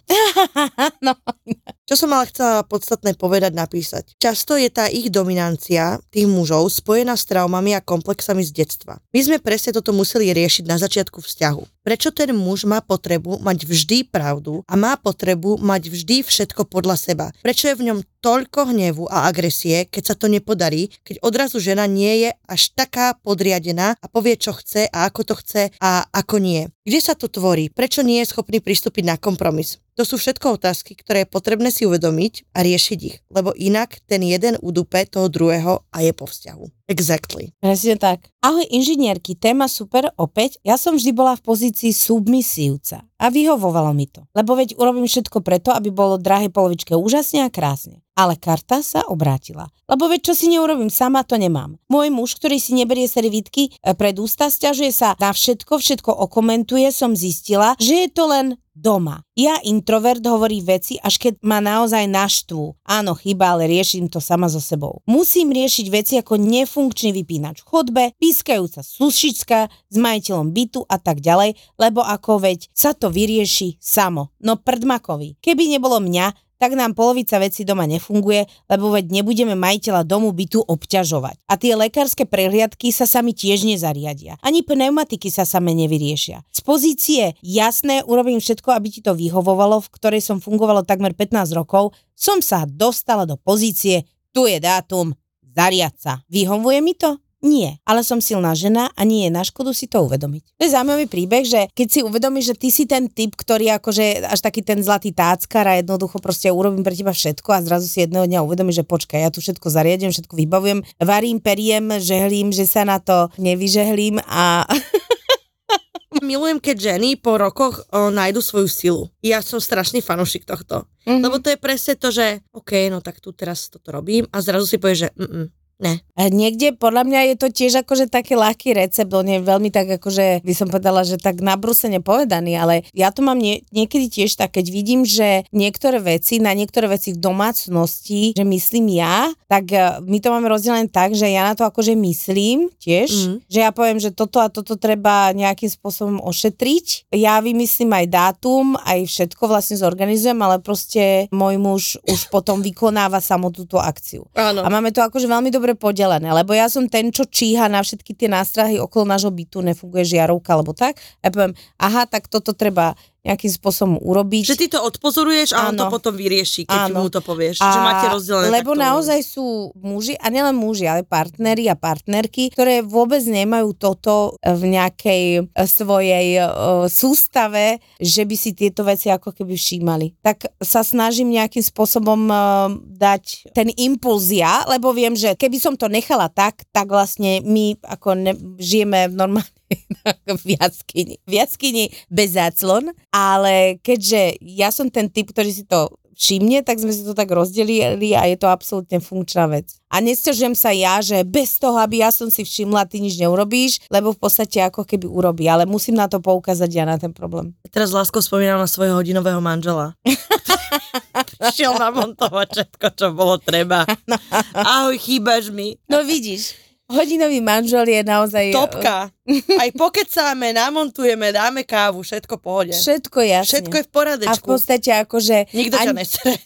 Speaker 2: No.
Speaker 3: Čo som ale chcela podstatné povedať, napísať. Často je tá ich dominancia, tých mužov, spojená s traumami a komplexami z detstva. My sme presne toto museli riešiť na začiatku vzťahu. Prečo ten muž má potrebu mať vždy pravdu a má potrebu mať vždy všetko podľa seba? Prečo je v ňom toľko hnevu a agresie, keď sa to nepodarí, keď odrazu žena nie je až taká podriadená a povie, čo chce a ako to chce a ako nie? Kde sa to tvorí? Prečo nie je schopný pristúpiť na kompromis? To sú všetko otázky, ktoré je potrebné si uvedomiť a riešiť ich, lebo inak ten jeden udupe toho druhého a je po vzťahu. Exactly.
Speaker 2: Presne tak. Ahoj inžinierky, téma super opäť. Ja som vždy bola v pozícii submisívca a vyhovovalo mi to. Lebo veď urobím všetko preto, aby bolo drahej polovičke úžasne a krásne. Ale karta sa obrátila. Lebo veď čo si neurobím sama, to nemám. Môj muž, ktorý si neberie servítky pred ústa, sťažuje sa na všetko, všetko okomentuje, som zistila, že je to len doma. Ja introvert hovorí veci, až keď ma naozaj naštvú. Áno, chyba, ale riešim to sama so sebou. Musím riešiť veci ako nefunkčný vypínač v chodbe, pískajúca sušička s majiteľom bytu a tak ďalej, lebo ako veď sa to vyrieši samo. No prdmakovi. Keby nebolo mňa, tak nám polovica vecí doma nefunguje, lebo veď nebudeme majiteľa domu bytu obťažovať. A tie lekárske prehliadky sa sami tiež nezariadia. Ani pneumatiky sa same nevyriešia. Z pozície jasné, urobím všetko, aby ti to vyhovovalo, v ktorej som fungovalo takmer pätnásť rokov, som sa dostala do pozície, tu je dátum, zariad sa. Vyhovuje mi to? Nie, ale som silná žena a nie je na škodu si to uvedomiť. To je zaujímavý príbeh, že keď si uvedomíš, že ty si ten typ, ktorý akože až taký ten zlatý táckar a jednoducho proste urobím pre teba všetko a zrazu si jedného dňa uvedomíš, že počkaj, ja tu všetko zariadím, všetko vybavujem, varím, periem, žehlím, že sa na to nevyžehlím a...
Speaker 3: Milujem, keď ženy po rokoch o, nájdu svoju silu. Ja som strašný fanúšik tohto. Mm-hmm. Lebo to je presne to, že OK, no tak tu teraz toto robím a zrazu si povieš, že mm ne.
Speaker 2: A niekde podľa mňa je to tiež akože taký ľahký recept, on je veľmi tak akože, by som povedala, že tak nabrúsene povedaný, ale ja to mám nie, niekedy tiež tak, keď vidím, že niektoré veci, na niektoré veci v domácnosti, že myslím ja, tak my to máme rozdelené tak, že ja na to akože myslím tiež, mm. že ja poviem, že toto a toto treba nejakým spôsobom ošetriť. Ja vymyslím aj dátum, aj všetko vlastne zorganizujem, ale proste môj muž už potom vykonáva samú túto akciu.
Speaker 3: Áno.
Speaker 2: A máme to akože veľmi dobre podelené, lebo ja som ten, čo číha na všetky tie nástrahy okolo nášho bytu, nefunguje žiarovka alebo tak. Ja poviem, aha, tak toto treba nejakým spôsobom urobiť.
Speaker 3: Že ty to odpozoruješ a on to potom vyrieši, keď mu to povieš. A že máte rozdelené
Speaker 2: lebo takto. Naozaj sú muži, a nielen muži, ale partneri a partnerky, ktoré vôbec nemajú toto v nejakej svojej uh, sústave, že by si tieto veci ako keby všímali. Tak sa snažím nejakým spôsobom uh, dať ten impuls ja, lebo viem, že keby som to nechala tak, tak vlastne my ako ne, žijeme v normálne v jaskyni. V jaskyni bez záclon, ale keďže ja som ten typ, ktorý si to všimne, tak sme si to tak rozdelili a je to absolútne funkčná vec. A nesťažujem sa ja, že bez toho, aby ja som si všimla, ty nič neurobíš, lebo v podstate ako keby urobí, ale musím na to poukázať ja na ten problém.
Speaker 3: Teraz láskou spomínam na svojho hodinového manžela. Šiel namontovať všetko, čo bolo treba. Ahoj, chýbaš mi.
Speaker 2: No vidíš. Hodinový manžel je naozaj...
Speaker 3: Topka. Aj pokecáme, namontujeme, dáme kávu, všetko pohode.
Speaker 2: Všetko jasne.
Speaker 3: Všetko je v poradečku.
Speaker 2: A v podstate akože...
Speaker 3: Nikto ťa nesere.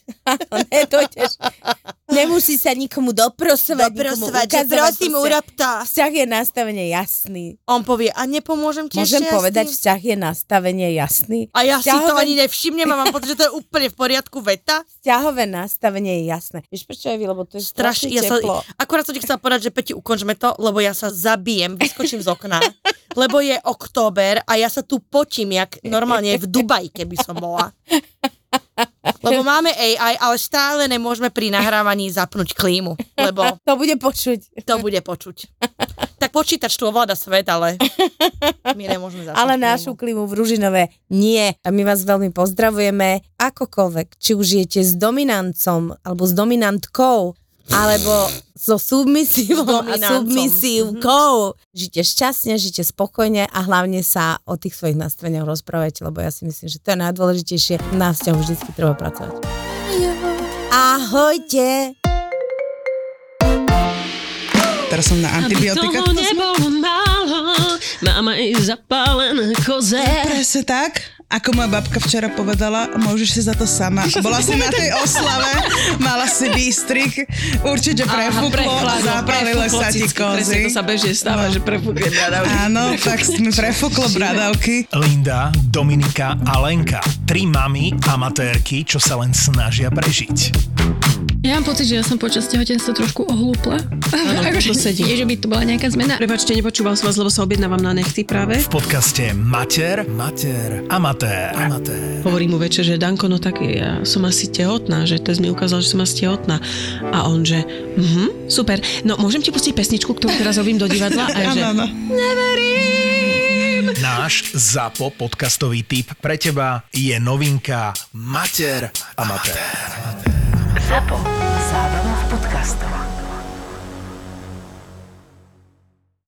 Speaker 2: Nemusí sa nikomu doprosovať,
Speaker 3: doprosovať
Speaker 2: nikomu ukazovať.
Speaker 3: Prosím, urob to.
Speaker 2: Vzťah je nastavenie jasný.
Speaker 3: On povie, a nepomôžem ti
Speaker 2: Môžem
Speaker 3: ešte
Speaker 2: povedať,
Speaker 3: jasný?
Speaker 2: Vzťah je nastavenie jasný.
Speaker 3: A ja
Speaker 2: Vzťahové...
Speaker 3: si to ani nevšimnem a mám pocit, že to je úplne v poriadku veta.
Speaker 2: Vzťahové nastavenie je jasné. Vieš prečo je, lebo to je strašne
Speaker 3: ja
Speaker 2: teplo.
Speaker 3: Sa, akurát som ti chcela povedať, že Peti, ukončme to, lebo ja sa zabijem, vyskočím z okna. Lebo je október a ja sa tu potím, jak normálne v Dubaji, keby som bola. Lebo máme á í, ale stále nemôžeme pri nahrávaní zapnúť klímu, lebo...
Speaker 2: To bude počuť.
Speaker 3: To bude počuť. Tak počítač tu ovláda svet, ale my nemôžeme zapnúť
Speaker 2: Ale
Speaker 3: klímu.
Speaker 2: našu klímu v Ružinové nie. A my vás veľmi pozdravujeme. Akokoľvek, či už žijete s dominancom alebo s dominantkou, alebo so submisívom a submisívkou. Mm-hmm. Žite šťastne, žite spokojne a hlavne sa o tých svojich nastaveniach rozprávajte, lebo ja si myslím, že to je najdôležitejšie. Na vzťahu vždycky treba pracovať. Ahojte!
Speaker 4: Teraz som na antibiotika.
Speaker 5: Aby toho nebolo málo, máme i zapálené koze.
Speaker 4: Presne tak. Ako moja babka včera povedala, môžeš si za to sama. Bola si na tej oslave, mala si výstrik, určite prefúklo, zapálilo sa ti kozy.
Speaker 5: Presne to sa bežne stáva, no. Že prefúkne bradavky.
Speaker 4: Áno, tak mi prefúklo bradavky.
Speaker 1: Linda, Dominika a Lenka. Tri mami amatérky, čo sa len snažia prežiť.
Speaker 6: Ja mám pocit, že ja som počas tehotenstva trošku ohlúpla.
Speaker 5: Áno,
Speaker 6: akože
Speaker 5: to sedí.
Speaker 6: nie, že by to bola nejaká zmena.
Speaker 5: Prepačte, nepočúval som vás, lebo sa objednávam na nechty práve.
Speaker 1: V podcaste Mater, Mater, Amatér. Amatér.
Speaker 5: Hovorí mu večer, že Danko, no tak ja som asi tehotná, že test mi ukázal, že som asi tehotná. A on, že mhm, super. No, môžem ti pustiť pesničku, ktorú teraz robím do divadla? A ja, že
Speaker 4: Áno, áno.
Speaker 5: neverím.
Speaker 1: Náš ZAPO podcastový tip pre teba je novinka Mater, Amatér.
Speaker 7: ZAPO. Zábrná v podcastov.